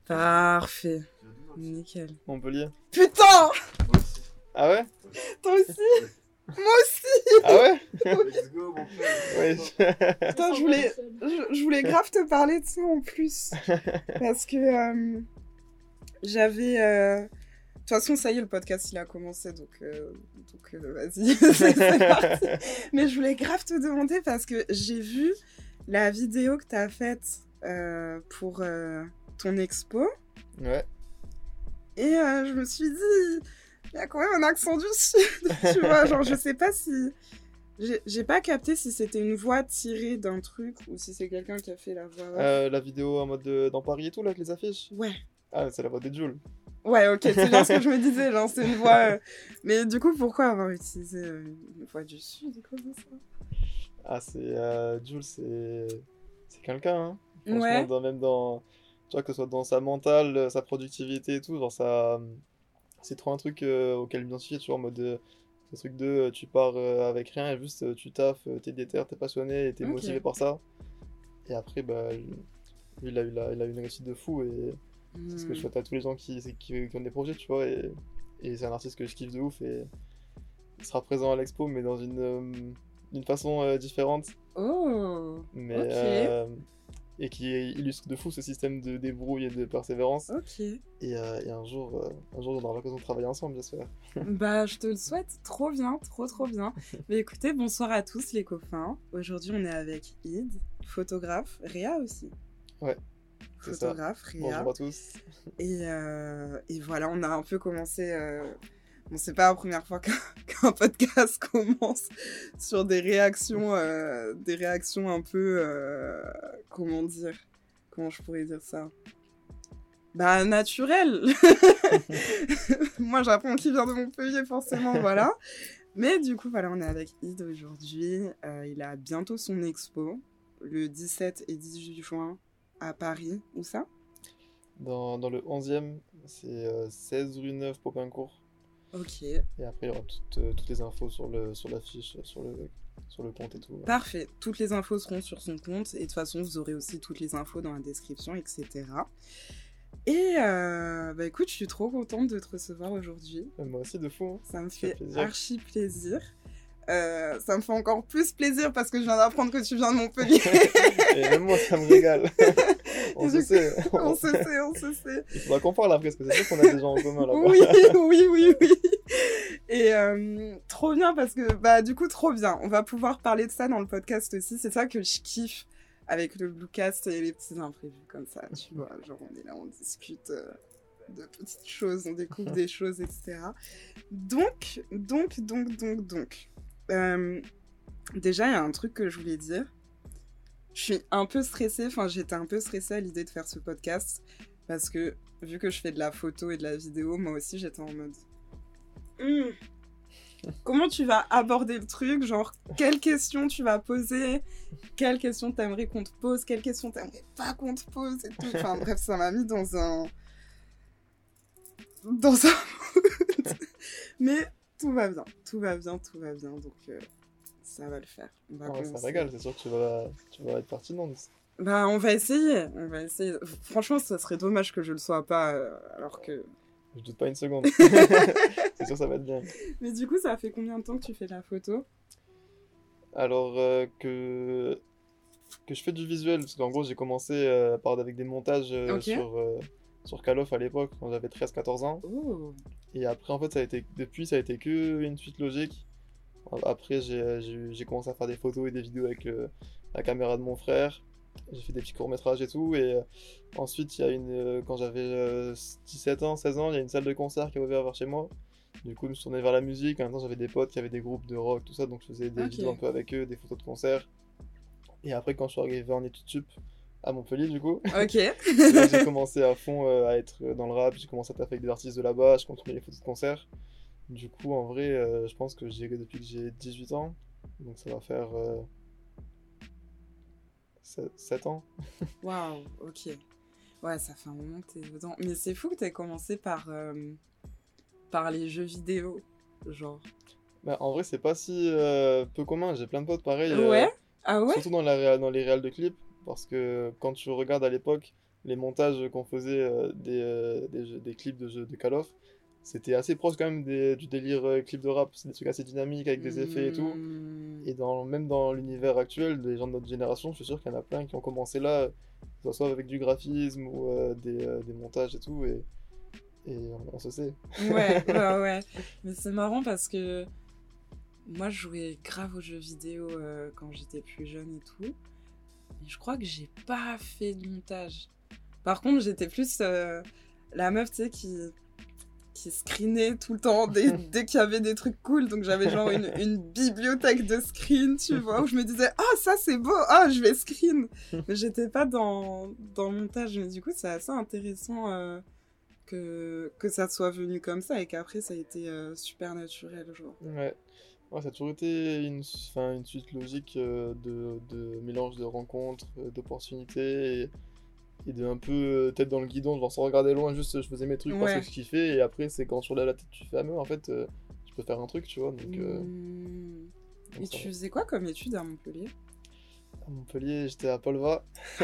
Parfait. Nickel. Montpellier. Putain! Ah ouais? Toi aussi? Moi aussi! Ah ouais? Let's go, mon frère. Ouais. Putain, je voulais grave te parler de ça en plus. Parce que j'avais... De toute façon, ça y est, le podcast, il a commencé, donc vas-y, c'est parti. Mais je voulais grave te demander parce que j'ai vu la vidéo que t'as faite pour ton expo. Ouais. Et je me suis dit, il y a quand même un accent du sud, tu vois. Genre, je sais pas si... J'ai pas capté si c'était une voix tirée d'un truc ou si c'est quelqu'un qui a fait la voix. La vidéo en mode dans Paris et tout, là, avec les affiches. Ouais. Ah, c'est la voix des Jules. Ouais, ok, c'est bien ce que je me disais, genre, c'est une voix... Mais du coup, pourquoi avoir utilisé une voix du sud, comme ça? Ah, c'est... Jules, c'est quelqu'un, hein. Franchement, Ouais. même dans... Tu vois, que ce soit dans sa mentale, sa productivité et tout, genre ça... C'est trop un truc auquel m'identifier, tu vois, en mode... ce truc de tu pars avec rien et juste tu taffes, t'es déter, t'es passionné et t'es Ok. motivé par ça. Et après, bah, lui, il a eu une réussite de fou et c'est ce que je souhaite à tous les gens qui ont des projets, tu vois. Et c'est un artiste que je kiffe de ouf et il sera présent à l'expo, mais dans d'une façon différente. Oh, Mais, ok. et qui illustre de fou ce système de débrouille et de persévérance. Ok. Et un jour, on aura l'occasion de travailler ensemble, j'espère. Bah, je te le souhaite. Trop bien, trop bien. Mais écoutez, bonsoir à tous les copains. Aujourd'hui, on est avec Id, photographe, Réa aussi. Ouais, c'est ça. Photographe, Réa. Bonjour à tous. Et voilà, on a un peu commencé... Bon, c'est pas la première fois qu'un podcast commence sur des réactions un peu... comment dire? Comment je pourrais dire ça? Bah, naturel. Moi, j'apprends qu'il vient de Montpellier, forcément, voilà. Mais du coup, voilà, on est avec Id aujourd'hui. Il a bientôt son expo, le 17 et 18 juin à Paris. Où ça? Dans le 11e, c'est 16 rue Neuve Popincourt. Ok. Et après, il y aura toutes les infos sur l'affiche, sur le compte et tout. Parfait. Toutes les infos seront sur son compte. Et de toute façon, vous aurez aussi toutes les infos dans la description, etc. Et bah écoute, je suis trop contente de te recevoir aujourd'hui. Moi aussi, de fou. Hein. Ça me Ça fait fait plaisir. archi plaisir. Ça me fait encore plus plaisir parce que je viens d'apprendre que tu viens de Montpellier. Et même moi, ça me régale. On se sait. On se sait. Il faudra qu'on parle après, parce que c'est sûr qu'on a des gens en commun là-bas. Oui. Et trop bien parce que, bah du coup, trop bien. On va pouvoir parler de ça dans le podcast aussi. C'est ça que je kiffe avec le Bluecast et les petits imprévus comme ça, tu vois. Genre, on est là, on discute de petites choses, on découvre des choses, etc. Donc. Déjà, il y a un truc que je voulais dire. Je suis un peu stressée, j'étais un peu stressée à l'idée de faire ce podcast parce que, vu que je fais de la photo et de la vidéo, moi aussi, j'étais en mode... Comment tu vas aborder le truc? Genre, quelles questions tu vas poser? Quelles questions t'aimerais qu'on te pose? Quelles questions t'aimerais pas qu'on te pose? Et tout. Enfin, bref, ça m'a mis dans un mood. Mais tout va bien, donc ça va le faire. On va Ouais, ça commencer. régale, c'est sûr que tu vas être pertinente. Bah, on va essayer. Franchement, ça serait dommage que je le sois pas, alors que... Je doute pas une seconde. C'est sûr, ça va être bien. Mais du coup, ça fait combien de temps que tu fais de la photo? Alors que je fais du visuel, parce qu'en gros, j'ai commencé avec des montages Ok. sur Call of à l'époque, quand j'avais 13-14 ans. Oh. Et après, en fait, ça a été que une suite logique. Après, j'ai commencé à faire des photos et des vidéos avec la caméra de mon frère. J'ai fait des petits courts-métrages et tout. Et ensuite, quand j'avais 17 ans, 16 ans, il y a une salle de concert qui a ouvert vers chez moi. Du coup, je me suis tourné vers la musique. En même temps, j'avais des potes qui avaient des groupes de rock, tout ça. Donc, je faisais des Ok. vidéos un peu avec eux, des photos de concert. Et après, quand je suis arrivé en études sup à Montpellier, du coup, Ok. là, j'ai commencé à fond à être dans le rap. J'ai commencé à taffer avec des artistes de là-bas. Je continuais les photos de concert. Du coup, en vrai, je pense que depuis que j'ai 18 ans. Donc, ça va faire 7 ans. Waouh, ok. Ouais, ça fait un moment que t'es dedans. Mais c'est fou que t'aies commencé par les jeux vidéo, genre. Bah, en vrai, c'est pas si peu commun. J'ai plein de potes pareil. Ouais? Ah ouais? Surtout dans les réals de clips. Parce que quand tu regardes à l'époque, les montages qu'on faisait des clips de Call of, c'était assez proche quand même du délire clip de rap. C'est des trucs assez dynamiques avec des effets et tout. Et même dans l'univers actuel, des gens de notre génération, je suis sûr qu'il y en a plein qui ont commencé là, que ce soit avec du graphisme ou des montages et tout, et on se sait. Ouais. Mais c'est marrant parce que moi, je jouais grave aux jeux vidéo quand j'étais plus jeune et tout. Mais je crois que j'ai pas fait de montage. Par contre, j'étais plus la meuf, tu sais, qui screenait tout le temps dès qu'il y avait des trucs cool. Donc j'avais genre une bibliothèque de screens, tu vois, où je me disais « Ah, ça c'est beau, ah, je vais screen !» Mais j'étais pas dans le montage. Mais du coup, c'est assez intéressant que ça soit venu comme ça et qu'après, ça a été super naturel, genre. Ouais, ça a toujours été une suite logique de mélange de rencontres, d'opportunités et de un peu tête dans le guidon, genre sans regarder loin, juste je faisais mes trucs parce que je kiffais, et après c'est quand tu relèves la tête, tu fais ah mais en fait je peux faire un truc, tu vois. Donc et tu faisais quoi comme études à Montpellier? À Montpellier, j'étais à Polva.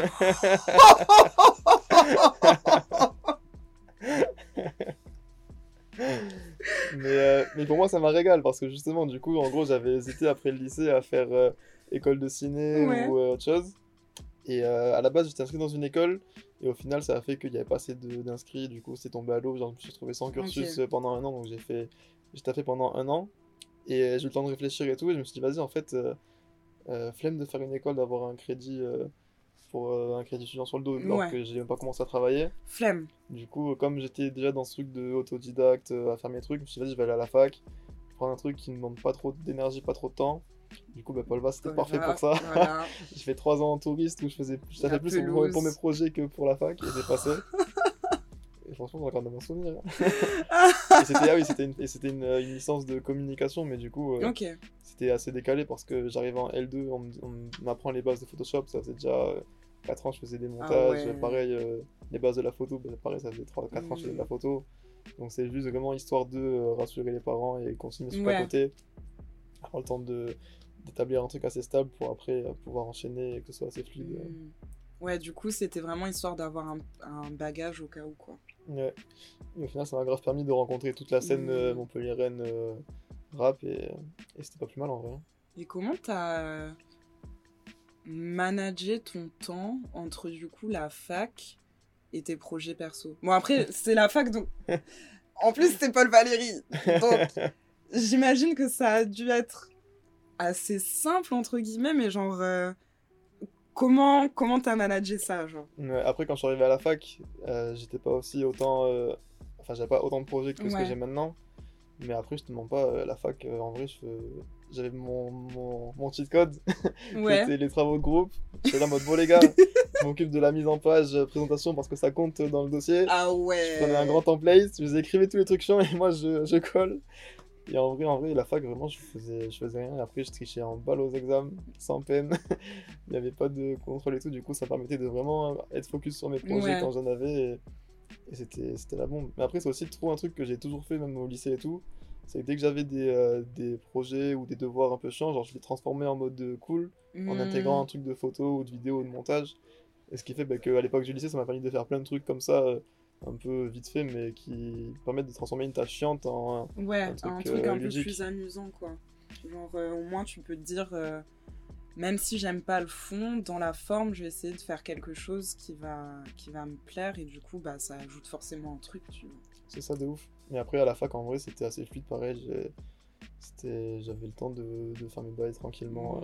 Mais pour moi ça m'a régal parce que justement du coup en gros j'avais hésité après le lycée à faire école de ciné ou autre chose. Et à la base, j'étais inscrit dans une école, et au final, ça a fait qu'il n'y avait pas assez d'inscrits, du coup, c'est tombé à l'eau. Genre, je me suis retrouvé sans cursus pendant un an, donc j'ai taffé pendant un an, et j'ai eu le temps de réfléchir et tout, et je me suis dit, vas-y, en fait, flemme de faire une école, d'avoir un crédit pour un crédit étudiant sur le dos, alors que j'ai même pas commencé à travailler. Flemme. Du coup, comme j'étais déjà dans ce truc de autodidacte, à faire mes trucs, je me suis dit, vas-y, je vais aller à la fac, prendre un truc qui ne demande pas trop d'énergie, pas trop de temps. Du coup, Polva, c'était parfait pour ça. Voilà. J'ai fait 3 ans en touriste où je faisais plus pour mes projets que pour la fac, et c'est passé. Et franchement, j'en garde un bon souvenir. C'était une licence de communication, mais du coup, c'était assez décalé parce que j'arrivais en L2, on m'apprend les bases de Photoshop, ça faisait déjà 4 ans que je faisais des montages, pareil, les bases de la photo, pareil, ça faisait 3-4 ans que je faisais de la photo. Donc c'est juste vraiment histoire de rassurer les parents et continuer sur à côté. Avoir le temps d'établir un truc assez stable pour après pouvoir enchaîner et que ce soit assez fluide. Ouais, du coup, c'était vraiment histoire d'avoir un bagage au cas où, quoi. Ouais. Et au final, ça m'a grave permis de rencontrer toute la scène montpelliéraine rap, et c'était pas plus mal en vrai. Et comment t'as managé ton temps entre, du coup, la fac et tes projets perso? Bon, après, c'est la fac, donc... En plus, c'était Paul Valéry. Donc, j'imagine que ça a dû être assez simple, entre guillemets, mais genre... Comment t'as managé ça, genre? Après, quand je suis arrivé à la fac, j'étais pas aussi autant... Enfin, j'avais pas autant de projets que ce que j'ai maintenant. Mais après, je te mens pas, la fac, en vrai, j'avais mon cheat code. C'était les travaux de groupe. J'étais là en mode, bon les gars, je m'occupe de la mise en page, présentation, parce que ça compte dans le dossier. Ah ouais. Je prenais un grand template, je vous écrivais tous les trucs chiants, et moi, je colle. Et en vrai, la fac, vraiment, je faisais rien. Et après, je trichais en balle aux examens, sans peine. Il n'y avait pas de contrôle et tout. Du coup, ça permettait de vraiment être focus sur mes projets quand j'en avais. Et c'était la bombe. Mais après, c'est aussi trop un truc que j'ai toujours fait, même au lycée et tout. C'est que dès que j'avais des projets ou des devoirs un peu chiants, genre je les transformais en mode cool, en intégrant un truc de photo ou de vidéo ou de montage. Et ce qui fait qu'à l'époque du lycée, ça m'a permis de faire plein de trucs comme ça. Un peu vite fait, mais qui permettent de transformer une tâche chiante en un truc un peu plus amusant, quoi. Genre, au moins, tu peux te dire, même si j'aime pas le fond, dans la forme, je vais essayer de faire quelque chose qui va me plaire, et du coup, bah, ça ajoute forcément un truc, tu vois. C'est ça, de ouf. Mais après, à la fac, en vrai, c'était assez fluide, pareil. J'avais le temps de faire mes bails tranquillement.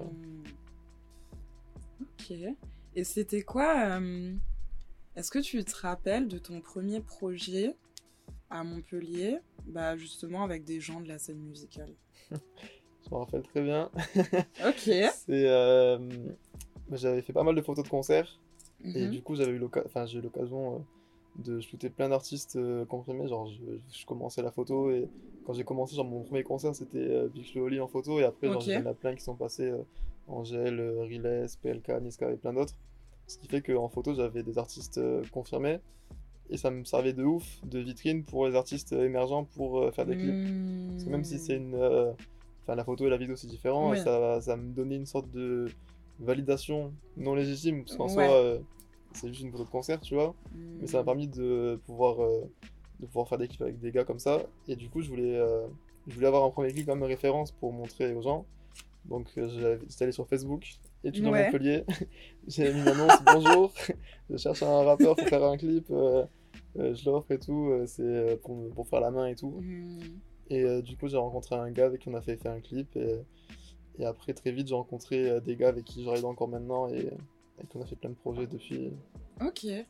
Ok. Et c'était quoi Est-ce que tu te rappelles de ton premier projet à Montpellier, bah justement avec des gens de la scène musicale? Je me rappelle très bien. Ok. J'avais fait pas mal de photos de concerts, et du coup j'ai eu l'occasion de shooter plein d'artistes confirmés. Genre je commençais la photo, et quand j'ai commencé, genre mon premier concert c'était Big Flo Oli en photo, et après genre il y en a plein qui sont passés, Angèle, Riles, PLK, Niska et plein d'autres. Ce qui fait qu'en photo, j'avais des artistes confirmés, et ça me servait de ouf de vitrine pour les artistes émergents pour faire des clips. Parce que même si c'est la photo et la vidéo c'est différent, ça me donnait une sorte de validation non légitime, parce qu'en soi, c'est juste une photo de concert, tu vois. Mais ça m'a permis de pouvoir faire des clips avec des gars comme ça. Et du coup, je voulais avoir un premier clip comme référence pour montrer aux gens. Donc, j'étais allé sur Facebook, étudiant Ouais. Montpellier. J'ai mis une annonce, bonjour, je cherche un rappeur pour faire un clip. Je l'offre et tout, c'est pour faire la main et tout. Et du coup, j'ai rencontré un gars avec qui on a fait faire un clip. Et après, très vite, j'ai rencontré des gars avec qui je travaille encore maintenant et qu'on a fait plein de projets depuis. Ok. Et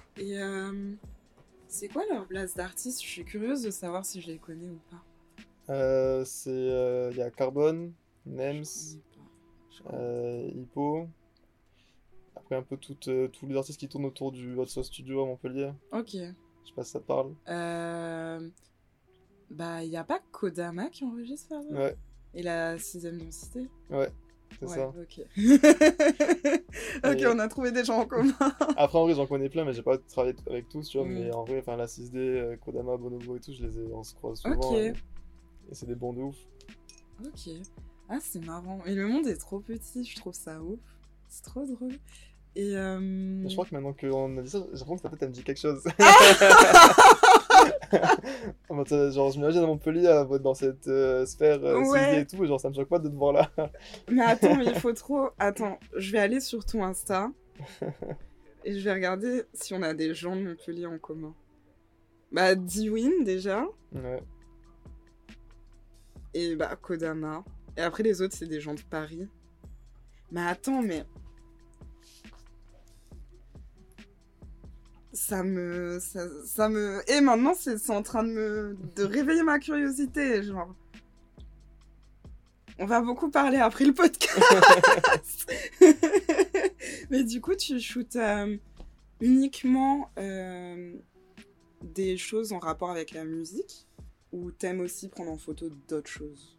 c'est quoi leur place d'artiste? Je suis curieuse de savoir si je les connais ou pas. Il y a Carbone, Je Nems, connais pas. Je connais pas. Hippo. Après, un peu tous les artistes qui tournent autour du Hot Sauce Studio à Montpellier. Ok. Je sais pas si ça te parle. Bah, y a pas Kodama qui enregistre là-bas? Ouais, Et la 6ème densité? ouais, c'est Ouais, ça. ok. Ok, Et on a trouvé des gens en commun. après, en vrai, j'en connais plein, mais j'ai pas travaillé avec tous, tu vois. Mm. Mais en vrai, enfin, la 6D, Kodama, Bonobo et tout, on se croise Ok. souvent. Et c'est des bons de ouf. Ok. Ah, c'est marrant. Et le monde est trop petit, je trouve ça ouf. C'est trop drôle. Et Mais je crois que maintenant qu'on a dit ça, j'ai l'impression que ta tête, elle me dit quelque chose. En mode, genre, je m'imagine à Montpellier, dans cette sphère 6D Ouais. et tout, et genre, ça me choque pas de te voir là. Mais attends, mais il faut trop... Attends, je vais aller sur ton Insta et je vais regarder si on a des gens de Montpellier en commun. Bah, Dwin, déjà. Ouais. Et bah, Kodama. Et après, les autres, c'est des gens de Paris. Mais attends, mais... Ça me... Et maintenant, c'est en train de réveiller ma curiosité, genre... On va beaucoup parler après le podcast. Mais du coup, tu shootes uniquement des choses en rapport avec la musique ou t'aimes aussi prendre en photo d'autres choses?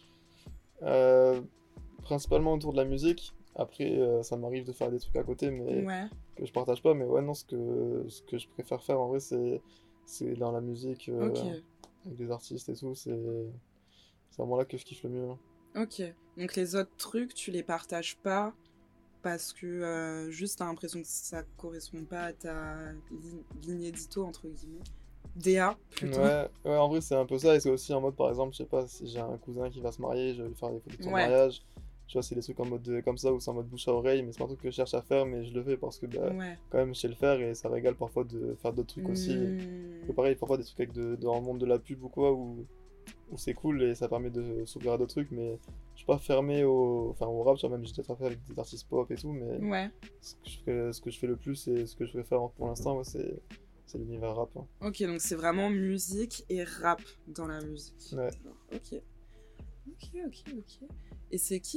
Principalement autour de la musique. Après, ça m'arrive de faire des trucs à côté, mais Ouais. que je partage pas. Mais ouais, non, ce que je préfère faire en vrai, c'est dans la musique, Ok. avec des artistes et tout. C'est vraiment là que je kiffe le mieux. Ok. Donc les autres trucs, tu les partages pas parce que juste t'as l'impression que ça correspond pas à ta ligne édito, entre guillemets. DA, plutôt. Ouais, ouais, en vrai, c'est un peu ça. Et c'est aussi en mode, par exemple, je sais pas, si j'ai un cousin qui va se marier, je vais lui faire des photos de son Ouais. mariage. Tu vois, c'est des trucs en mode comme ça, où c'est en mode bouche à oreille, mais c'est pas un truc que je cherche à faire, mais je le fais parce que, bah, Ouais. quand même, je sais le faire et ça régale parfois de faire d'autres trucs aussi. Hmm. Et pareil, parfois des trucs avec dans le monde de la pub ou quoi, où c'est cool et ça permet de s'ouvrir à d'autres trucs, mais je suis pas fermé au rap, tu vois, même j'ai déjà travaillé avec des artistes pop et tout, mais Ouais. ce que je fais le plus et ce que je préfère pour l'instant, ouais, c'est l'univers rap. Hein. Ok, donc c'est vraiment musique et rap dans la musique. Ouais. Genre, ok. Ok. Et c'est qui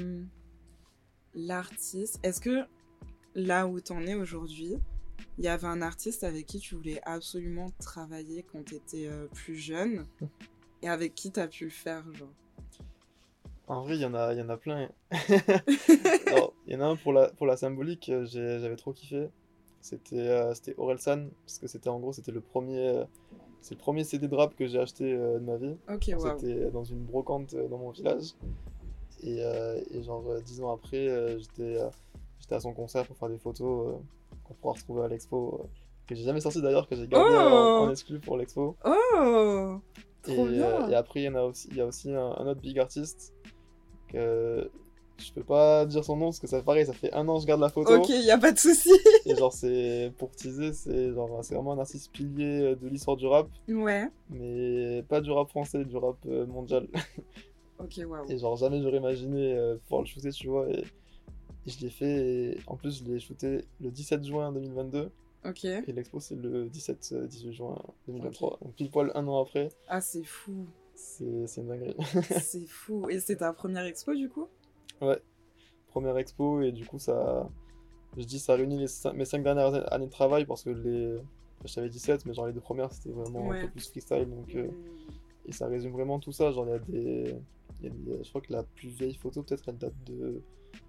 l'artiste? Est-ce que là où t'en es aujourd'hui, il y avait un artiste avec qui tu voulais absolument travailler quand t'étais plus jeune et avec qui t'as pu le faire, genre? En vrai, il y en a plein. Alors, il y en a un pour la symbolique, j'avais trop kiffé. C'était Orelsan, parce que c'était c'est le premier CD de rap que j'ai acheté de ma vie. Ok, Alors, waouh. c'était dans une brocante dans mon village. Et genre 10 ans après, j'étais à son concert pour faire des photos qu'on pourra retrouver à l'expo, que j'ai jamais sorti d'ailleurs, que j'ai gardé en Oh exclu pour l'expo. Oh Trop Et bien. après, il y a aussi un autre big artiste que je peux pas dire son nom parce que ça pareil, ça fait un an que je garde la photo. Ok, y a pas de souci. Et genre, pour teaser, c'est vraiment un artiste pilier de l'histoire du rap, Ouais. mais pas du rap français, du rap mondial. Ok, waouh. Et genre, jamais j'aurais imaginé pouvoir le shooter, tu vois. Et je l'ai fait, et en plus, je l'ai shooté le 17 juin 2022. Ok. Et l'expo, c'est le 18 juin 2023. Donc, pile poil un an après, Ah, c'est fou. c'est une dinguerie. C'est fou. Et c'est ta première expo, du coup? Ouais, première expo, et du coup, je dis ça réunit mes 5 dernières années de travail parce que je t'avais 17, mais genre les deux premières c'était vraiment un Ouais. peu plus freestyle, donc, et ça résume vraiment tout ça. Genre, je crois que la plus vieille photo, peut-être, elle date de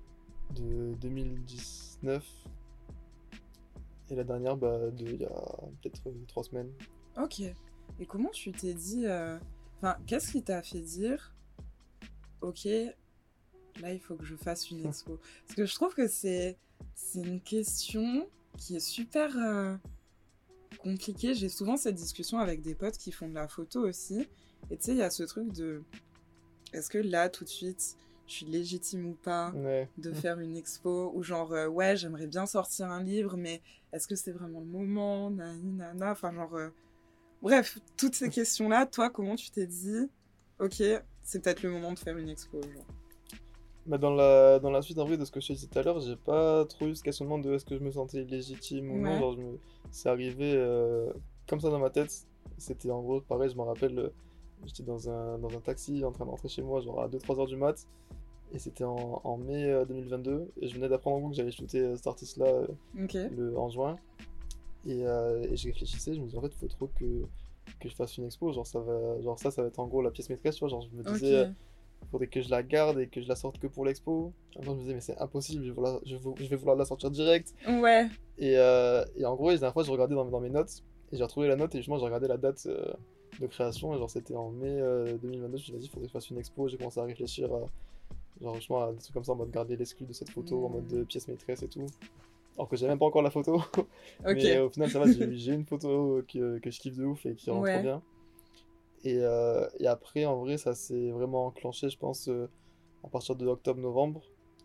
2019, et la dernière, il y a peut-être 3 semaines. Ok. Et comment tu t'es dit... Enfin, qu'est-ce qui t'a fait dire... Ok, là, il faut que je fasse une expo. Parce que je trouve que c'est une question qui est super compliqué. J'ai souvent cette discussion avec des potes qui font de la photo aussi. Et tu sais, il y a ce truc de... Est-ce que là, tout de suite, je suis légitime ou pas Ouais. de faire une expo? Ou genre, ouais, j'aimerais bien sortir un livre, mais est-ce que c'est vraiment le moment? Nani, nana. Enfin, genre... Bref, toutes ces questions-là, toi, comment tu t'es dit, ok, c'est peut-être le moment de faire une expo, genre. Bah dans la suite, en vrai, de ce que je te disais tout à l'heure, j'ai pas trop eu ce questionnement de est-ce que je me sentais légitime ou non. Ouais. Genre, c'est arrivé comme ça dans ma tête. C'était en gros, pareil, je me rappelle, j'étais dans un taxi en train de rentrer chez moi, genre à 2-3 heures du mat. Et c'était en mai 2022. Et je venais d'apprendre en gros que j'allais shooter cet artiste-là Ok. en juin. Et je réfléchissais, je me disais en fait, il faut trop que je fasse une expo. Genre ça va être en gros la pièce maîtresse, tu vois. Genre, je me disais. Ok. Faudrait que je la garde et que je la sorte que pour l'expo. Après, je me disais, mais c'est impossible, je vais vouloir la sortir direct. Ouais. Et en gros, la dernière fois, je regardais dans mes notes et j'ai retrouvé la note et justement, j'ai regardé la date de création. Et genre, c'était en mai 2022. Je me suis dit, il faudrait que je fasse une expo. J'ai commencé à réfléchir genre, justement, à des trucs comme ça en mode garder l'exclu de cette photo, en mode pièce maîtresse et tout. Alors que j'ai même pas encore la photo. Ok. Mais au final, ça va, j'ai une photo que je kiffe de ouf et qui rend trop Ouais. bien. Et après, en vrai, ça s'est vraiment enclenché, je pense, à partir de octobre-novembre.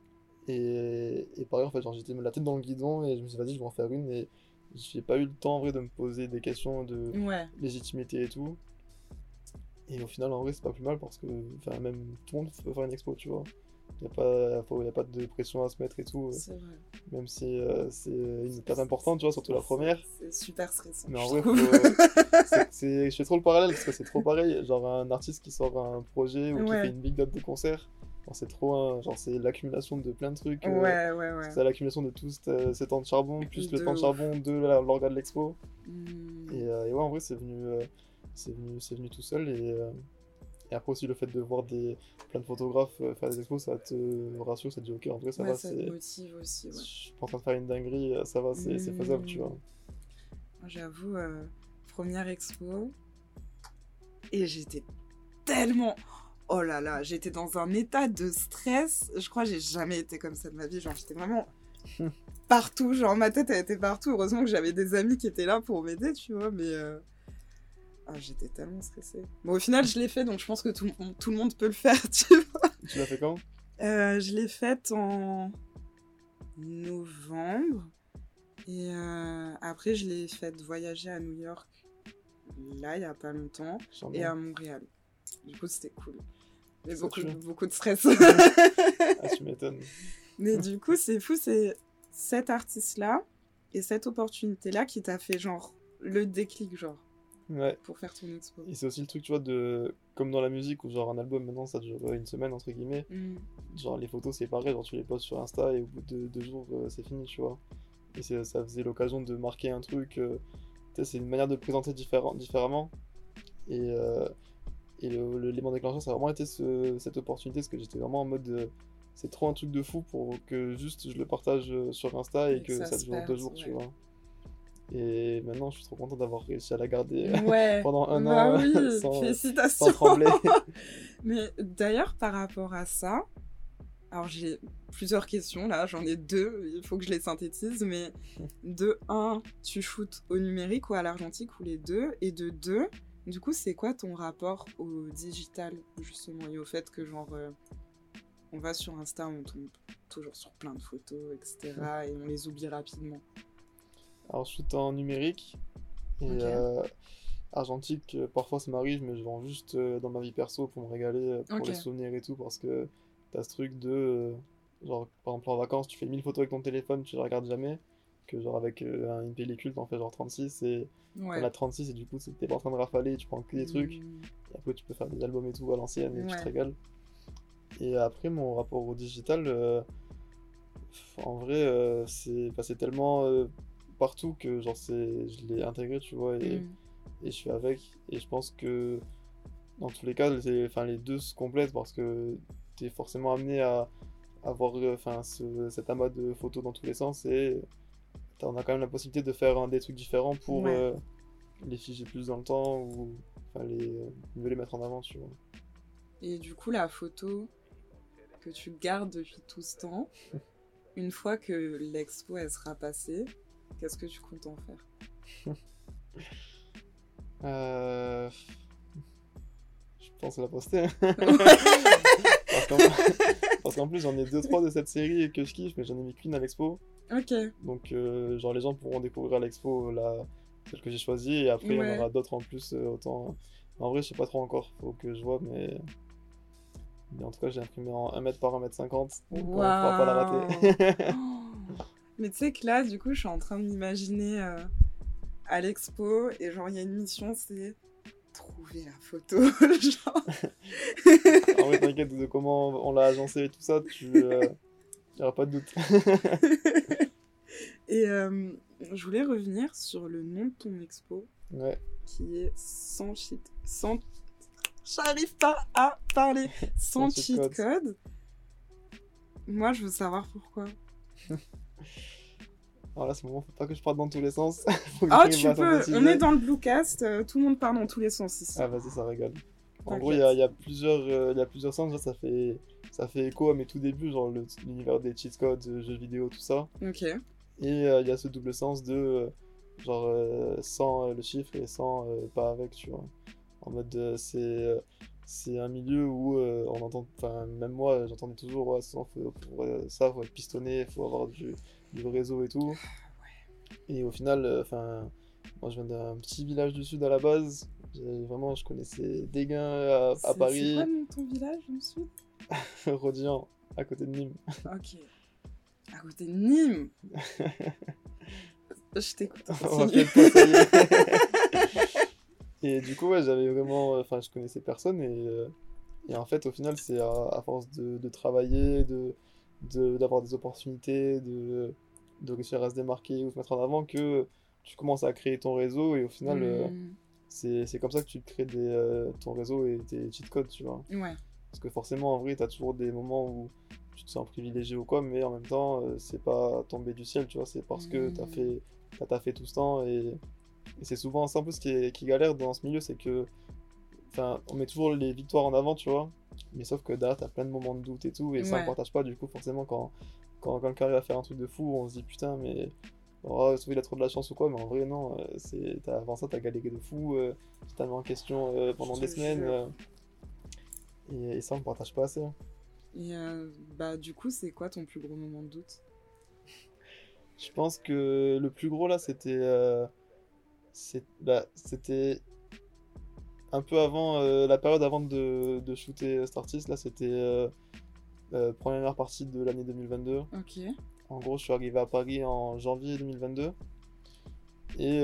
Et pareil, en fait, genre, j'étais la tête dans le guidon et je me suis dit, vas-y, je vais en faire une. Et j'ai pas eu le temps, en vrai, de me poser des questions de Ouais. légitimité et tout. Et au final, en vrai, c'est pas plus mal parce que, enfin, même tout le monde peut faire une expo, tu vois. Y a pas de pression à se mettre et tout. C'est vrai. Même si c'est une étape importante, tu vois, surtout la première. C'est super stressant. Mais en je vrai, trouve. je fais trop le parallèle parce que c'est trop pareil. Genre un artiste qui sort un projet ou qui Ouais. fait une big date de concert, genre, c'est trop genre c'est l'accumulation de plein de trucs. Ouais. C'est l'accumulation de tout ces temps de charbon, plus le De temps de ouf. charbon de l'orga de l'expo. Hmm. Et ouais, en vrai, c'est venu tout seul. Et après aussi, le fait de voir plein de photographes faire des expos, ça te rassure, ça te dit ok, en vrai, ça Ouais, va, ça te motive aussi, je ouais. suis pas en train de faire une dinguerie, ça va, c'est faisable, tu vois. Moi, j'avoue, première expo, et j'étais tellement... Oh là là, j'étais dans un état de stress. Je crois que j'ai jamais été comme ça de ma vie. Genre, j'étais vraiment partout. Genre, ma tête, elle était partout. Heureusement que j'avais des amis qui étaient là pour m'aider, tu vois. Mais j'étais tellement stressée. Bon, au final, je l'ai fait, donc je pense que tout le monde peut le faire, tu vois. Tu l'as fait quand? Je l'ai faite en novembre. Et après, je l'ai faite voyager à New York, là, il y a pas longtemps, et à Montréal. Du coup, c'était cool. Mais Ça tue. beaucoup de stress. Ah, tu m'étonnes. Mais du coup, c'est fou, c'est cet artiste-là et cette opportunité-là qui t'a fait, genre, le déclic, genre, Ouais. pour faire ton expo. Et c'est aussi le truc, tu vois, comme dans la musique, où genre un album maintenant ça dure une semaine, entre guillemets. Mm. Genre les photos c'est pareil, genre tu les postes sur Insta et au bout de 2 jours c'est fini, tu vois. Et ça faisait l'occasion de marquer un truc. Tu sais, c'est une manière de présenter différemment. Et, l'élément déclencheur, ça a vraiment été cette opportunité, parce que j'étais vraiment en mode. C'est trop un truc de fou pour que juste je le partage sur Insta et Et que que ça ça se dure 2 jours, perde, tu ouais. vois. Et maintenant, je suis trop content d'avoir réussi à la garder Ouais, pendant un bah an oui, sans félicitations. trembler. Mais d'ailleurs, par rapport à ça, alors j'ai plusieurs questions là, j'en ai deux, il faut que je les synthétise, mais de un, tu shootes au numérique ou à l'argentique ou les deux, et de deux, du coup, c'est quoi ton rapport au digital justement et au fait que genre on va sur Insta, on tombe toujours sur plein de photos, etc. et on les oublie rapidement. Alors, je shoot en numérique et Ok. argentique, parfois ça m'arrive, mais je vends juste dans ma vie perso pour me régaler, pour Ok. les souvenirs et tout, parce que t'as ce truc de. Genre, par exemple, en vacances, tu fais 1000 photos avec ton téléphone, tu les regardes jamais, que genre avec une pellicule, t'en fais genre 36, et t'en Ouais. as 36, et du coup, t'es pas en train de rafaler, tu prends que des trucs, Mm. et après, tu peux faire des albums et tout à l'ancienne, et tu te Ouais. régales. Et après, mon rapport au digital, en vrai, c'est tellement partout que genre je l'ai intégré, tu vois, Mm. et je suis avec. Et je pense que dans tous les cas, enfin, les deux se complètent parce que t'es forcément amené à avoir enfin, cet amas de photos dans tous les sens et on a quand même la possibilité de faire des trucs différents pour Ouais. les figer plus dans le temps ou enfin, mieux les mettre en avant, tu vois. Et du coup, la photo que tu gardes depuis tout ce temps, une fois que l'expo elle sera passée, Qu'est-ce que tu comptes en faire? Je pense la poster. Parce qu'en plus, j'en ai 2-3 de cette série que je kiffe, mais j'en ai mis qu'une à l'expo. Ok. Donc, genre, les gens pourront découvrir à l'expo celle que j'ai choisie, et après, il y en aura d'autres en plus. Autant. En vrai, je sais pas trop encore, faut que je vois, mais en tout cas, j'ai imprimé en 1 mètre par 1,50 m, donc on pourra pas la rater. Mais tu sais que là, du coup, je suis en train de m'imaginer à l'expo, et genre, il y a une mission, c'est trouver la photo. Genre... En vrai, t'inquiète de comment on l'a agencé et tout ça, il n'y aura pas de doute. Et je voulais revenir sur le nom de ton expo, Ouais. qui est sans cheat. J'arrive pas à parler. Sans cheat code. Moi, je veux savoir pourquoi. Alors là, c'est le moment, faut pas que je parte dans tous les sens. Ah, tu peux. On est dans le Bluecast, tout le monde part dans tous les sens ici. Ah, vas-y, ça régale. En gros, il y a plusieurs sens. Genre, ça fait écho à mes tout débuts, genre l'univers des cheat codes, jeux vidéo, tout ça. Ok. Et il y a ce double sens de genre sans le chiffre et sans pas avec, tu vois. En mode, c'est un milieu où on entend, enfin, même moi, j'entendais toujours, ouais, pour ça, faut être pistonné, faut avoir du réseau et tout. Et au final, enfin, moi je viens d'un petit village du sud à la base. Vraiment, je connaissais Déguin à Paris. C'est quoi le nom de ton village du sud? Rodian, à côté de Nîmes. Ok. À côté de Nîmes. Je t'écoute. On va peut-être pas, ça y est. Et du coup, ouais, j'avais vraiment... Enfin, je connaissais personne et en fait, au final, c'est à force de travailler, d'avoir des opportunités, de réussir à se démarquer ou se mettre en avant que tu commences à créer ton réseau et au final, c'est comme ça que tu crées ton réseau et tes cheat codes, tu vois. Ouais. Parce que forcément, en vrai, t'as toujours des moments où tu te sens privilégié ou quoi, mais en même temps, c'est pas tombé du ciel, tu vois, c'est parce que t'as fait tout ce temps et c'est souvent ça un peu ce qui galère dans ce milieu, c'est que enfin, on met toujours les victoires en avant, tu vois, mais sauf que derrière, t'as plein de moments de doute et tout, et ça, on partage pas, du coup, forcément, quand quelqu'un arrive à faire un truc de fou, on se dit putain, mais oh, il a trop de la chance ou quoi, mais en vrai, non, avant ça, t'as galéré de fou, tu t'as mis en question pendant des semaines, et ça, on partage pas assez. Et bah, du coup, c'est quoi ton plus gros moment de doute? Je pense que le plus gros là, c'était un peu avant la période avant de shooter Startist. Là, c'était première partie de l'année 2022. Ok. En gros, je suis arrivé à Paris en janvier 2022 et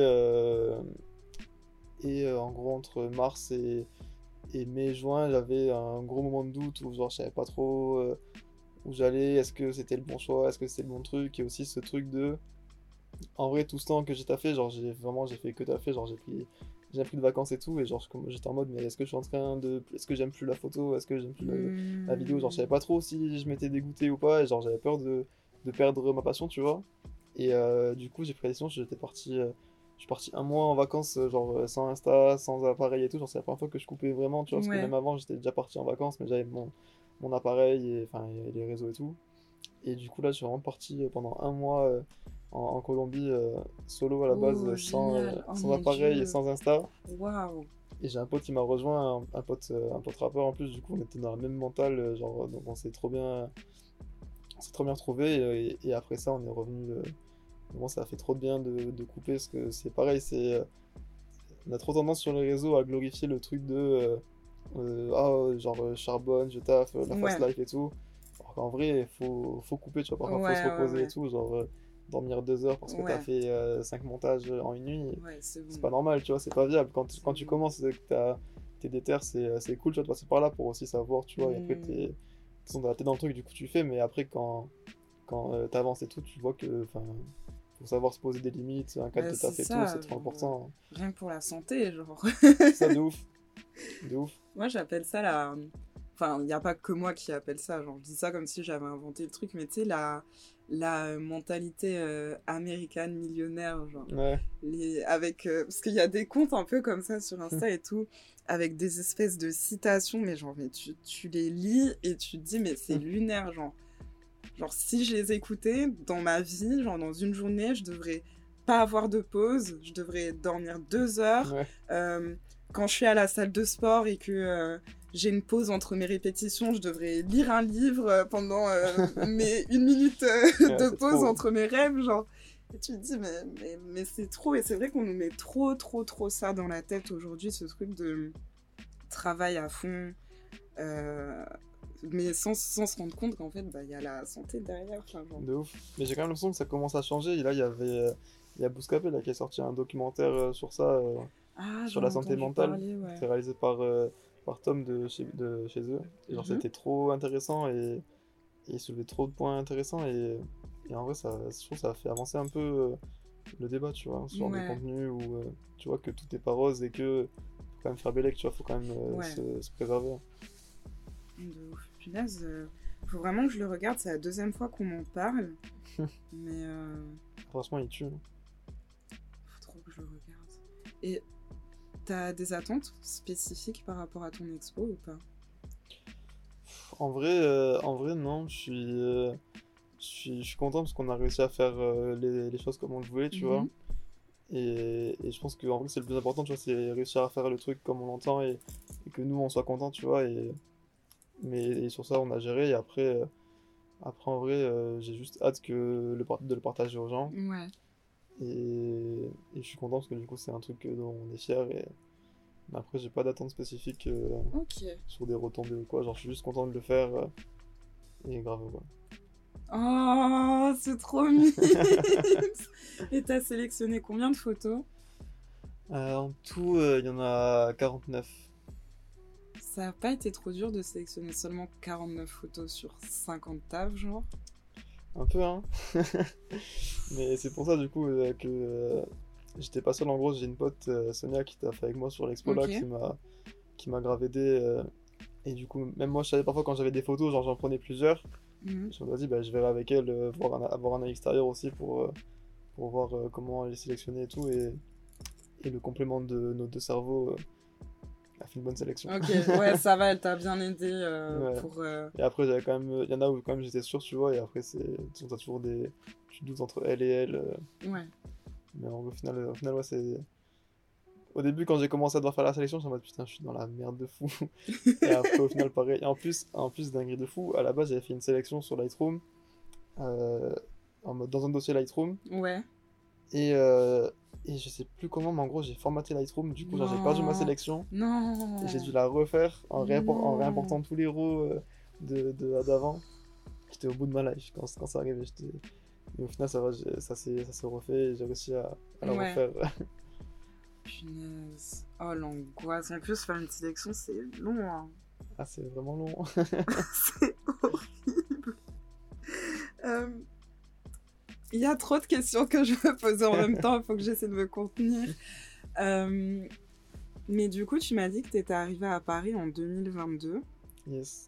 en gros entre mars et mai-juin, j'avais un gros moment de doute où genre je savais pas trop où j'allais, est-ce que c'était le bon choix, est-ce que c'était le bon truc, et aussi ce truc de en vrai tout ce temps que j'ai taffé, genre j'ai fait que taffer, genre j'ai pris de vacances et tout, et genre j'étais en mode mais est-ce que je suis en train de est-ce que j'aime plus la photo, est-ce que j'aime plus la vidéo, genre je savais pas trop si je m'étais dégoûté ou pas, et genre j'avais peur de perdre ma passion, tu vois. Et du coup j'ai pris la décision, je suis parti un mois en vacances, genre sans Insta, sans appareil et tout, genre c'est la première fois que je coupais vraiment, tu vois, parce que même avant j'étais déjà parti en vacances, mais j'avais mon appareil et enfin les réseaux et tout. Et du coup là je suis vraiment parti pendant un mois en Colombie solo à la base, sans appareil et sans Insta. Waouh. Et j'ai un pote qui m'a rejoint, un pote rappeur en plus, du coup on était dans la même mentale, genre donc on s'est trop bien retrouvés, et après ça on est revenu. Moi ça a fait trop de bien de couper, parce que c'est pareil, on a trop tendance sur les réseaux à glorifier le truc de genre charbonne, je taffe, la fast life et tout. Alors qu'en vrai, faut couper, tu vois, parfois faut se reposer et tout, genre dormir 2 heures parce que t'as fait 5 montages en une nuit. C'est pas normal, tu vois, c'est pas viable. Quand tu commences, que t'es déter, c'est cool, tu vois, de passer par là pour aussi savoir, tu vois, et après t'es dans le truc, du coup tu fais, mais après quand t'avances et tout, tu vois que, enfin, faut savoir se poser des limites, un cadre de taf et tout, c'est trop important. Rien que pour la santé, genre. Ça, de ouf. De ouf. Moi, j'appelle ça la... Enfin, il n'y a pas que moi qui appelle ça, genre, je dis ça comme si j'avais inventé le truc, mais tu sais, la mentalité américaine millionnaire, genre. Ouais. Parce qu'il y a des comptes un peu comme ça sur Insta et tout, avec des espèces de citations, mais genre, mais tu les lis et tu te dis, mais c'est lunaire, genre. Genre, si je les écoutais, dans ma vie, genre, dans une journée, je devrais pas avoir de pause, je devrais dormir 2 heures. Ouais. Quand je suis à la salle de sport et que j'ai une pause entre mes répétitions, je devrais lire un livre pendant mes 1 minute Ouais, de c'est pause trop. entre mes rêves, genre. Et tu te dis, mais c'est trop. Et c'est vrai qu'on nous met trop ça dans la tête aujourd'hui, ce truc de travail à fond, mais sans se rendre compte qu'en fait, bah, y a la santé derrière. Enfin, genre. De ouf. Mais j'ai quand même l'impression que ça commence à changer. Et là, il y a Bouscapé là, qui a sorti un documentaire sur ça, Ah, sur j'en la ai santé entendu mentale. parler, ouais. C'est réalisé par Tom de chez eux. Et genre, Mhm. c'était trop intéressant et il soulevait trop de points intéressants. Et en vrai, je trouve que ça a fait avancer un peu le débat, tu vois, sur des Ouais. contenus où tu vois que tout n'est pas rose et que faut quand même faire bellec, tu vois, faut quand même Ouais. se préserver. De ouf. Punaise, faut vraiment que je le regarde. C'est la 2e fois qu'on m'en parle. Mais Franchement, il tue. faut trop que je le regarde. Et t'as des attentes spécifiques par rapport à ton expo ou pas? En vrai, non. Je suis content parce qu'on a réussi à faire les choses comme on le voulait, tu vois. Mhm. Et je pense que en vrai, c'est le plus important, tu vois, c'est réussir à faire le truc comme on l'entend et que nous, on soit content, tu vois. Et sur ça, on a géré. Et après en vrai, j'ai juste hâte de le partager aux gens. Ouais. Et je suis content parce que du coup, c'est un truc dont on est fier. Mais après, j'ai pas d'attente spécifique Ok. sur des retombées ou quoi. Genre, je suis juste content de le faire. Et grave, quoi. Oh, c'est trop mignon. Et t'as sélectionné combien de photos? En tout, il y en a 49. Ça a pas été trop dur de sélectionner seulement 49 photos sur 50 tables, genre? Un peu, hein. Mais c'est pour ça, du coup, que j'étais pas seul. En gros, j'ai une pote, Sonia, qui t'a fait avec moi sur l'expo là, Ok. qui m'a grave aidé. Et du coup, même moi, je savais parfois quand j'avais des photos, genre j'en prenais plusieurs. Mhm. Je me suis dit, bah, je verrai avec elle, avoir un œil extérieur aussi pour voir comment les sélectionner et tout. Et le complément de nos deux cerveaux a fait une bonne sélection. Ok, ouais, ça va, elle t'a bien aidé Ouais. pour... Et après, j'avais quand même, il y en a où quand même j'étais sûr, tu vois. Et après, t'as toujours tu doutes entre elle et elle. Ouais. Mais au final, ouais, c'est. Au début, quand j'ai commencé à devoir faire la sélection, j'étais en mode putain, je suis dans la merde de fou. Et après, au final, pareil. Et en plus dinguerie de fou, à la base, j'avais fait une sélection sur Lightroom, euh, dans un dossier Lightroom. Ouais. Et, euh, et je sais plus comment, mais en gros, j'ai formaté Lightroom. Du coup, genre, j'ai perdu ma Non. sélection. Et j'ai Non. dû la refaire en Non. réimportant tous les rows d'avant. J'étais au bout de ma life quand ça arrivait. Mais au final, ça va, ça s'est refait et j'ai réussi à la Ouais. refaire. Punaise. Oh, l'angoisse. En plus, faire une sélection, c'est long, hein. Ah, c'est vraiment long. C'est horrible. Il y a trop de questions que je veux poser en même temps, il faut que j'essaie de me contenir. Mais du coup, tu m'as dit que tu étais arrivée à Paris en 2022. Yes.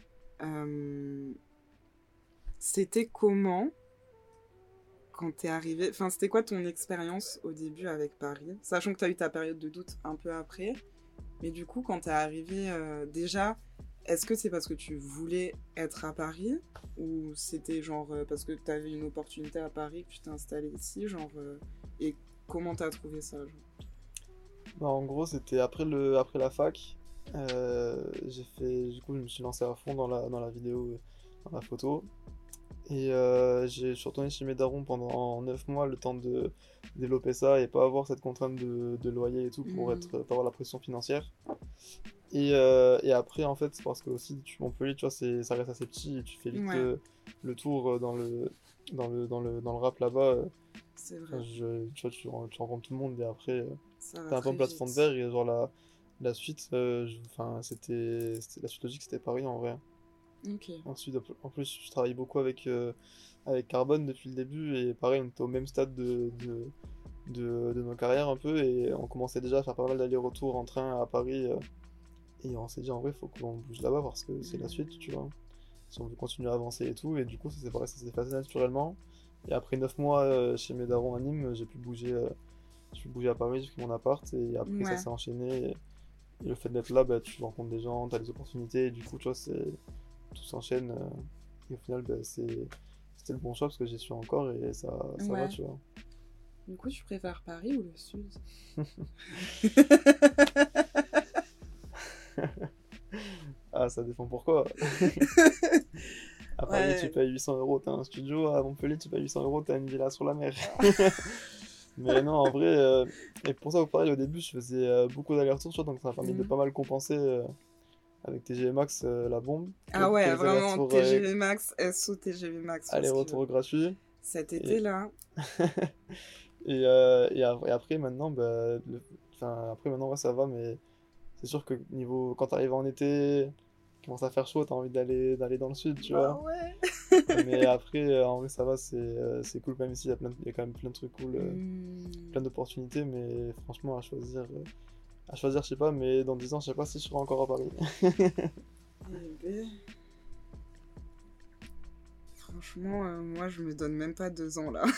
C'était comment quand t'es arrivée? Enfin, c'était quoi ton expérience au début avec Paris? Sachant que t'as eu ta période de doute un peu après. Mais du coup, quand t'es arrivée, déjà, est-ce que c'est parce que tu voulais être à Paris? Ou c'était genre parce que t'avais une opportunité à Paris que tu t'es installée ici, genre... et comment t'as trouvé ça, genre? Bah, en gros, c'était après la fac. Du coup, je me suis lancé à fond dans la vidéo, dans la photo. Et je suis retourné chez mes darons pendant 9 mois, le temps de développer ça et pas avoir cette contrainte de loyer et tout pour pas avoir la pression financière. Et après, en fait, c'est parce que aussi, Montpellier, tu vois, ça reste assez petit et tu fais vite Ouais, le tour dans le rap là-bas. c'est Enfin, vrai. tu vois, tu rencontres tout le monde et après, Ça va t'as un peu très un plafond de vite. verre et genre la suite, enfin, la suite logique, c'était Paris en vrai. Ok. Ensuite, en plus, je travaille beaucoup avec Carbone depuis le début et pareil, on était au même stade de nos carrières un peu et on commençait déjà à faire pas mal d'allers-retours en train à Paris et on s'est dit en vrai, faut qu'on bouge là-bas parce que c'est la suite, tu vois. Si on veut continuer à avancer et tout, et du coup, ça s'est fait assez naturellement. Et après 9 mois chez mes darons à Nîmes, j'ai pu bouger à Paris, j'ai pris mon appart et après ça Ouais. s'est enchaîné. Et le fait d'être là, bah, tu rencontres des gens, t'as des opportunités et du coup, tu vois, tout s'enchaîne. Et au final, bah, c'était le bon choix parce que j'y suis encore et ça va, Ouais. tu vois. Du coup, tu préfères Paris ou le sud? Ah, ça dépend pourquoi. À Paris, tu Ouais. payes 800 €, t'as un studio. À Montpellier, tu payes 800 €, t'as une villa sur la mer. Mais non, en vrai, et pour ça, pareil, au début, je faisais beaucoup d'allers-retours, tu vois, donc ça m'a permis de Mhm. pas mal compenser avec TGV Max, la bombe. Ah ouais, Quelques vraiment, allers-retours, TGV Max, SO TGV Max, parce que allers-retours gratuits. cet Et, été-là... et après, maintenant, bah, enfin, après, maintenant, ouais, ça va, mais c'est sûr que niveau, quand t'arrives en été, il commence à faire chaud, t'as envie d'aller dans le sud, tu Bah vois. ouais. Mais après, en vrai, ça va, c'est cool, même s'il y a il y a quand même plein de trucs cool, plein Hmm. d'opportunités, mais franchement, à choisir, je sais pas, mais dans 10 ans, je sais pas si je serai encore à Paris. Eh ben, franchement, moi, je me donne même pas 2 ans, là.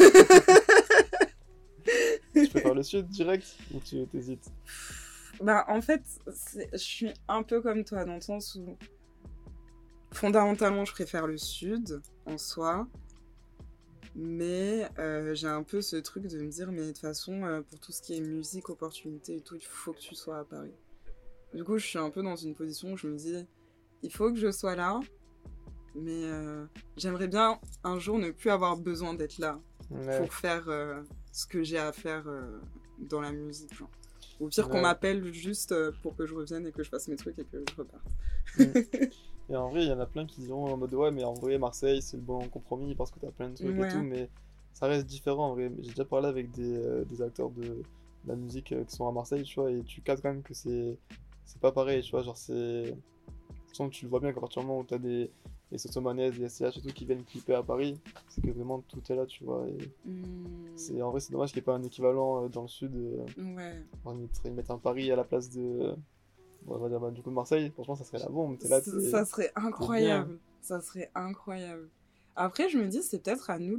Tu préfères le sud direct ou tu t'hésites? Bah, en fait, je suis un peu comme toi, dans le sens où, fondamentalement, je préfère le sud, en soi. Mais j'ai un peu ce truc de me dire, mais de toute façon, pour tout ce qui est musique, opportunité et tout, il faut que tu sois à Paris. Du coup, je suis un peu dans une position où je me dis, il faut que je sois là, mais j'aimerais bien un jour ne plus avoir besoin d'être là Ouais, pour faire ce que j'ai à faire dans la musique. Genre. Ou pire qu'on ouais. m'appelle juste pour que je revienne et que je fasse mes trucs et que je reparte. Mm. Et en vrai, il y en a plein qui diront en mode ouais, mais en vrai, Marseille, c'est le bon compromis parce que t'as plein de trucs et tout, Ouais. mais ça reste différent en vrai. J'ai déjà parlé avec des acteurs de la musique qui sont à Marseille, tu vois, et tu captes quand même que c'est pas pareil, tu vois, genre c'est. De toute façon, tu le vois bien qu'à partir du moment où t'as des Sotomanes, des SCH et tout qui viennent clipper à Paris, c'est que vraiment tout est là, tu vois. Et Hmm. c'est, en vrai, c'est dommage qu'il n'y ait pas un équivalent dans le sud. Ouais. Ils mettent un Paris à la place de. Bon, on va dire, bah, du coup, de Marseille, franchement, ça serait la bombe. T'es là, Ça serait t'es bien. incroyable. Ça serait incroyable. Après, je me dis, c'est peut-être à nous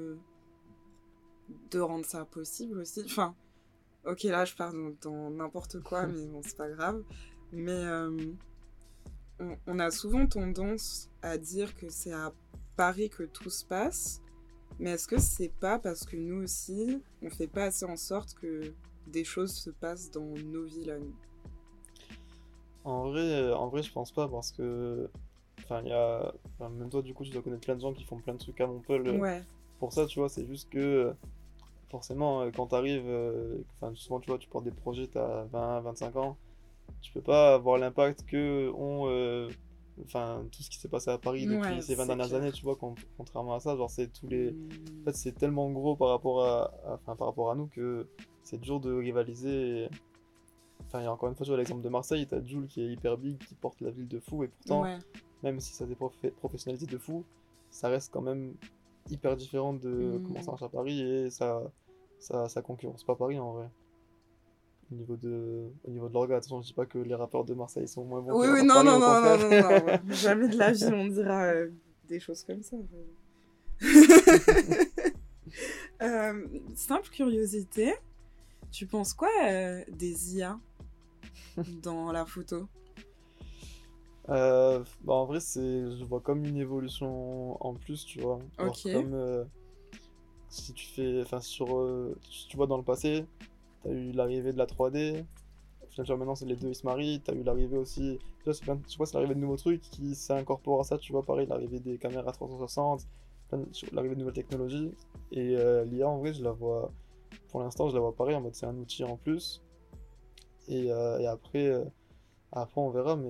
de rendre ça possible aussi. Enfin, ok, là, je pars dans n'importe quoi, mais bon, c'est pas grave. Mais on a souvent tendance à dire que c'est à Paris que tout se passe. Mais est-ce que c'est pas parce que nous aussi, on fait pas assez en sorte que des choses se passent dans nos villes à nous? En vrai, je pense pas parce que. Enfin, il y a. Enfin, même toi, du coup, tu dois connaître plein de gens qui font plein de trucs à Montpellier. Ouais. Pour ça, tu vois, c'est juste que. Forcément, quand t'arrives. Enfin, souvent, tu vois, tu portes des projets, t'as 20, 25 ans. Tu peux pas avoir l'impact que ont. Enfin, tout ce qui s'est passé à Paris depuis Ouais, ces 20 c'est dernières années, clair. tu vois, contrairement à ça, genre, c'est tous les. En Hmm. fait, c'est tellement gros enfin, par rapport à nous que c'est dur de rivaliser. Enfin, il y a encore une fois, tu vois l'exemple de Marseille, t'as Jules qui est hyper big, qui porte la ville de fou, et pourtant, Ouais. même si ça a des professionnalités de fou, ça reste quand même hyper différent de comment ça Hmm. marche à Paris, et ça concurrence pas Paris en vrai. Au niveau de l'orga, attention, je dis pas que les rappeurs de Marseille sont moins bons que Oui, les oui, rappeurs de non, Paris, non, au non, non, contraire. non, non, ouais. Jamais de la vie on dira des choses comme ça. Simple curiosité, tu penses quoi des IA dans la photo? Bah en vrai, je vois comme une évolution en plus, tu vois. Genre Ok. comme si tu fais, enfin si tu vois dans le passé, t'as eu l'arrivée de la 3D. Au final, tu vois, maintenant, c'est les deux, ils se marient. T'as eu l'arrivée aussi. Tu vois, je sais pas, c'est l'arrivée de nouveaux trucs qui s'incorporent à ça. Tu vois, pareil, l'arrivée des caméras 360, l'arrivée de nouvelles technologies. Et l'IA, en vrai, je la vois. Pour l'instant, je la vois pareil, en mode c'est un outil en plus. Et après, on verra,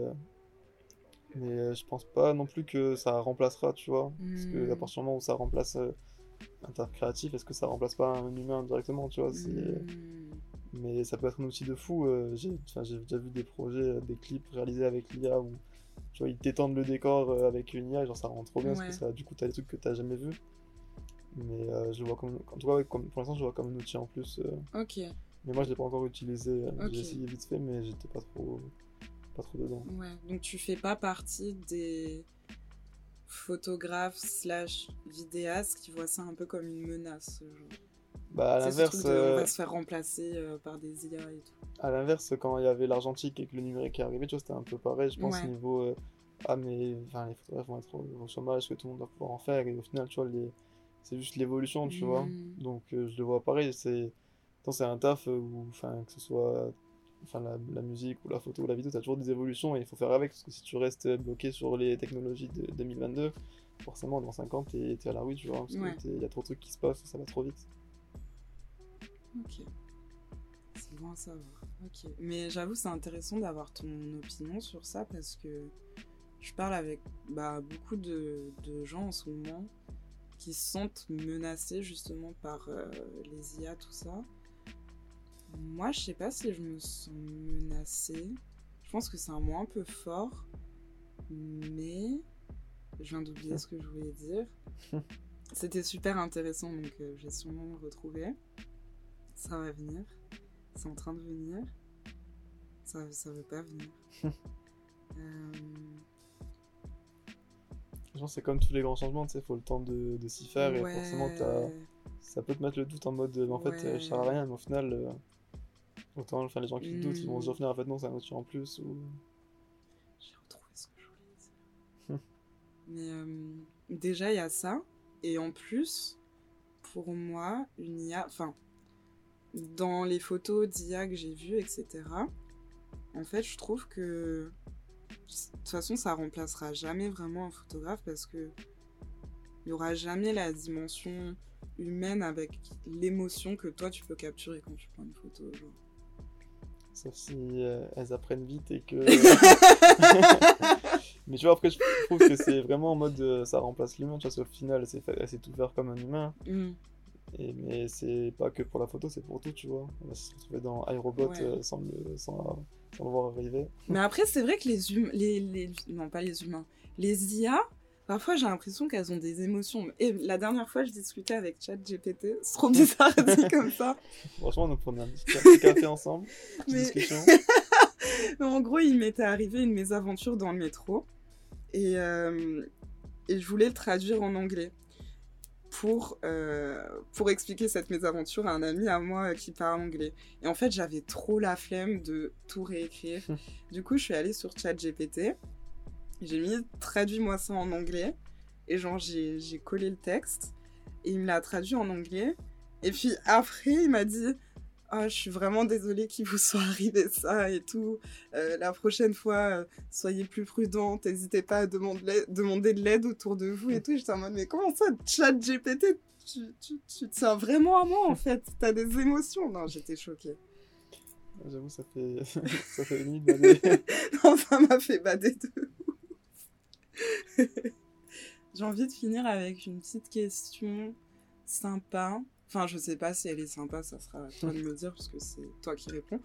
mais je pense pas non plus que ça remplacera, tu vois. Parce que à Hmm. partir du moment où ça remplace un taf créatif, est-ce que ça remplace pas un humain directement, tu vois? Hmm. Mais ça peut être un outil de fou. J'ai déjà vu des projets, des clips réalisés avec l'IA où tu vois, ils t'étendent le décor avec une IA, et genre ça rend trop bien parce que Ouais. ça, du coup, t'as des trucs que t'as jamais vu. Mais je le vois comme, en tout cas, ouais, pour l'instant, je le vois comme un outil en plus. Ok. Mais moi, je l'ai pas encore utilisé. J'ai Ok. essayé vite fait, mais j'étais pas trop dedans. Ouais. Donc tu fais pas partie des photographes slash vidéastes qui voient ça un peu comme une menace, genre. Bah, C'est ce truc de on va se faire remplacer par des IA et tout. à l'inverse, quand il y avait l'argentique et que le numérique est arrivé, tu vois, c'était un peu pareil, je pense, Ouais. niveau ah, mais enfin, les photographes vont être au chômage, que tout le monde va pouvoir en faire, et au final, tu vois, c'est juste l'évolution, tu vois. Donc je le vois pareil, c'est un taf où, enfin, que ce soit enfin, la musique ou la photo ou la vidéo, t'as toujours des évolutions et il faut faire avec, parce que si tu restes bloqué sur les technologies de 2022, forcément dans 5 ans t'es à la rue, tu vois, parce Ouais. qu'il y a trop de trucs qui se passent et ça va trop vite. Ok. C'est bon à savoir. Ok. Mais j'avoue, c'est intéressant d'avoir ton opinion sur ça parce que je parle avec beaucoup de gens en ce moment qui se sentent menacés justement par les IA, tout ça. Moi, je sais pas si je me sens menacée. Je pense que c'est un mot un peu fort, mais je viens d'oublier ce que je voulais dire. C'était super intéressant, donc je vais sûrement me retrouver. Ça va venir. C'est en train de venir. Ça veut pas venir. Je pense que c'est comme tous les grands changements, tu sais, faut le temps de s'y faire et Ouais. forcément ça peut te mettre le doute en mode en fait Ouais. je sers à rien, mais au final autant enfin les gens qui doutent ils vont se dire au final en fait non c'est un outil en plus ou J'ai retrouvé ce que je voulais dire. Mais déjà il y a ça et en plus pour moi une IA, enfin dans les photos d'IA que j'ai vues etc. En fait je trouve que de toute façon ça remplacera jamais vraiment un photographe parce que il n'y aura jamais la dimension humaine avec l'émotion que toi tu peux capturer quand tu prends une photo. Genre. sauf si elles apprennent vite et que mais tu vois après je trouve que c'est vraiment en mode ça remplace l'humain, tu vois, au final elle sait tout faire comme un humain. Mais c'est pas que pour la photo, c'est pour tout, tu vois. On va se retrouver dans iRobot Ouais. sans le voir arriver. Mais après, c'est vrai que non, pas les humains. Les IA, parfois j'ai l'impression qu'elles ont des émotions. Et la dernière fois, je discutais avec ChatGPT. C'est trop bizarre dit comme ça. Franchement, nous prenons un petit café ensemble, petite discussion. Mais en gros, il m'était arrivé une mésaventure dans le métro. Et je voulais le traduire en anglais. Pour expliquer cette mésaventure à un ami à moi qui parle anglais. Et en fait, j'avais trop la flemme de tout réécrire. Du coup, je suis allée sur ChatGPT. J'ai mis « traduis-moi ça en anglais ». Et genre, j'ai collé le texte. Et il me l'a traduit en anglais. Et puis après, il m'a dit « Oh, je suis vraiment désolée qu'il vous soit arrivé ça et tout. La prochaine fois, soyez plus prudente. N'hésitez pas à demander de l'aide autour de vous et tout. » J'étais en mode « Mais comment ça, ChatGPT, tu tiens vraiment à moi en fait. T'as des émotions. » Non, j'étais choquée. J'avoue, ça fait limite bader. Non, ça m'a fait bader de ouf. J'ai envie de finir avec une petite question sympa. Enfin, je sais pas si elle est sympa, ça sera à toi de me dire, parce que c'est toi qui réponds.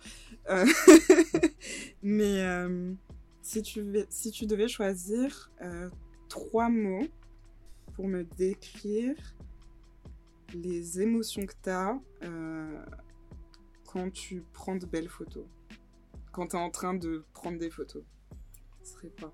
Mais si tu devais choisir 3 mots pour me décrire les émotions que t'as quand tu prends de belles photos, quand t'es en train de prendre des photos, ce serait quoi?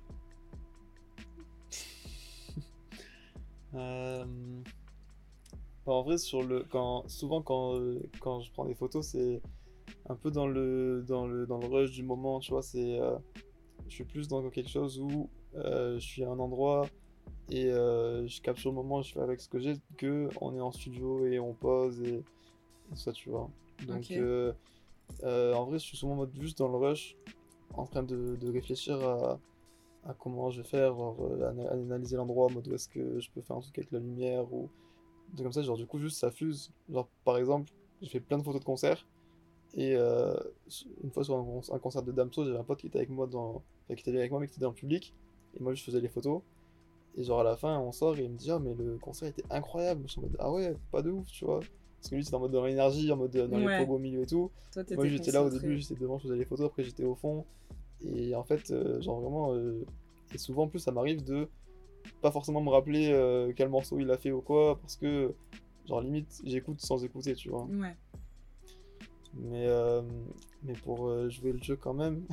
En vrai, souvent quand je prends des photos, c'est un peu dans le rush du moment, tu vois. Je suis plus dans quelque chose où je suis à un endroit et je capture le moment, je fais avec ce que j'ai, que on est en studio et on pose et ça, tu vois. Donc, Ok. en vrai, je suis souvent en mode juste dans le rush, en train de réfléchir à comment je vais faire, genre, analyser l'endroit, en mode où est-ce que je peux faire un truc avec la lumière ou des comme ça, genre du coup juste ça fuse. Genre par exemple, j'ai fait plein de photos de concerts et une fois sur un concert de Damso, j'avais un pote qui était avec moi enfin, qui était avec moi mais qui était dans le public et moi je faisais les photos et genre à la fin on sort et il me dit ah mais le concert était incroyable. Je suis en mode ah ouais pas de ouf tu vois. Parce que lui c'était en mode dans l'énergie, en mode dans les pogos au milieu et tout. Toi, t'étais Moi j'étais là au concentrée. début, j'étais devant, je faisais les photos, après j'étais au fond. Et en fait, genre vraiment, et souvent en plus ça m'arrive de pas forcément me rappeler quel morceau il a fait ou quoi, parce que genre limite j'écoute sans écouter, tu vois. Ouais. Mais, mais pour jouer le jeu quand même,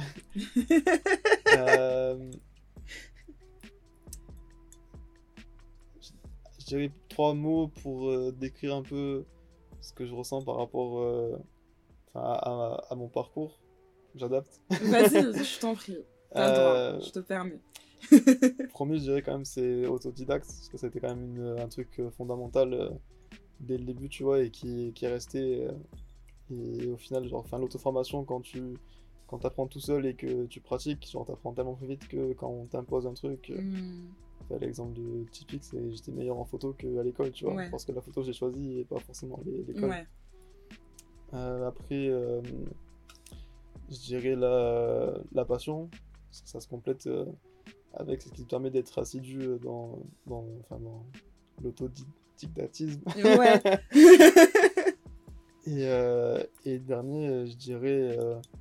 euh, je dirais 3 mots pour décrire un peu ce que je ressens par rapport à mon parcours. J'adapte. Vas-y, je t'en prie. T'as le droit, je te permets. Premier, je dirais quand même, c'est autodidacte, parce que c'était quand même un truc fondamental dès le début, tu vois, et qui est resté. Et au final, genre, enfin, l'auto-formation, quand t'apprends tout seul et que tu pratiques, genre, t'apprends tellement plus vite que quand on t'impose un truc. Enfin, l'exemple typique, c'est j'étais meilleur en photo qu'à l'école, tu vois, Ouais. parce que la photo, j'ai choisi et pas forcément l'école. Ouais. Après, je dirais la passion, parce que ça se complète avec ce qui te permet d'être assidu enfin, dans l'autodidactisme. Ouais. Et dernier, je dirais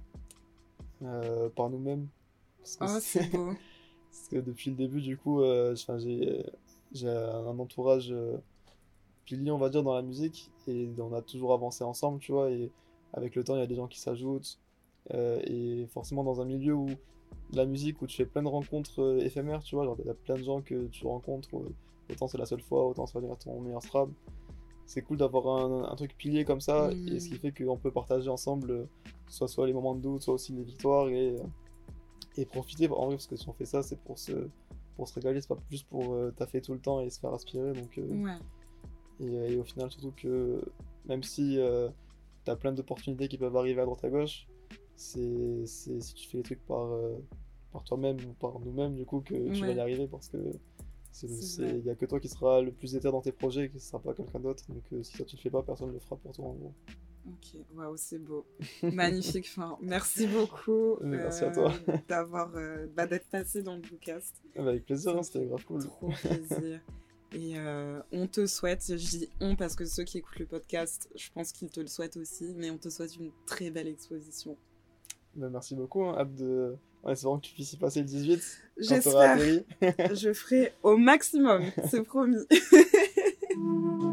par nous-mêmes. Parce que Oh, c'est beau. parce que depuis le début, du coup, enfin, j'ai un entourage pilier, on va dire, dans la musique, et on a toujours avancé ensemble, tu vois, et avec le temps, il y a des gens qui s'ajoutent, et forcément dans un milieu où la musique, où tu fais plein de rencontres éphémères, tu vois, genre il y a plein de gens que tu rencontres, autant c'est la seule fois, autant ça va devenir ton meilleur strab. C'est cool d'avoir un truc pilier comme ça, et ce qui fait qu'on peut partager ensemble, soit les moments de doute, soit aussi les victoires, et profiter, en vrai, parce que si on fait ça, c'est pour se régaler, c'est pas plus pour taffer tout le temps et se faire aspirer, donc... Ouais. Et au final, surtout que même si t'as plein d'opportunités qui peuvent arriver à droite à gauche, c'est si tu fais les trucs par toi-même ou par nous-mêmes, du coup, que tu vas Ouais. y arriver, parce que C'est vrai. il y a que toi qui sera le plus déter dans tes projets, et que ce sera pas quelqu'un d'autre. Donc si toi tu le fais pas, personne ne le fera pour toi, en gros. Ok, waouh, c'est beau. Magnifique fin. Merci beaucoup Merci à toi. d'être passé dans le podcast. Bah, avec plaisir, Ça hein, me c'était fait grave cool. trop plaisir. Et on te souhaite, je dis on parce que ceux qui écoutent le podcast, je pense qu'ils te le souhaitent aussi, mais on te souhaite une très belle exposition. Bah, merci beaucoup, hein, hâte de... En espérant que tu puisses y passer le 18 quand t'auras J'espère. atterri. Je ferai au maximum, c'est promis.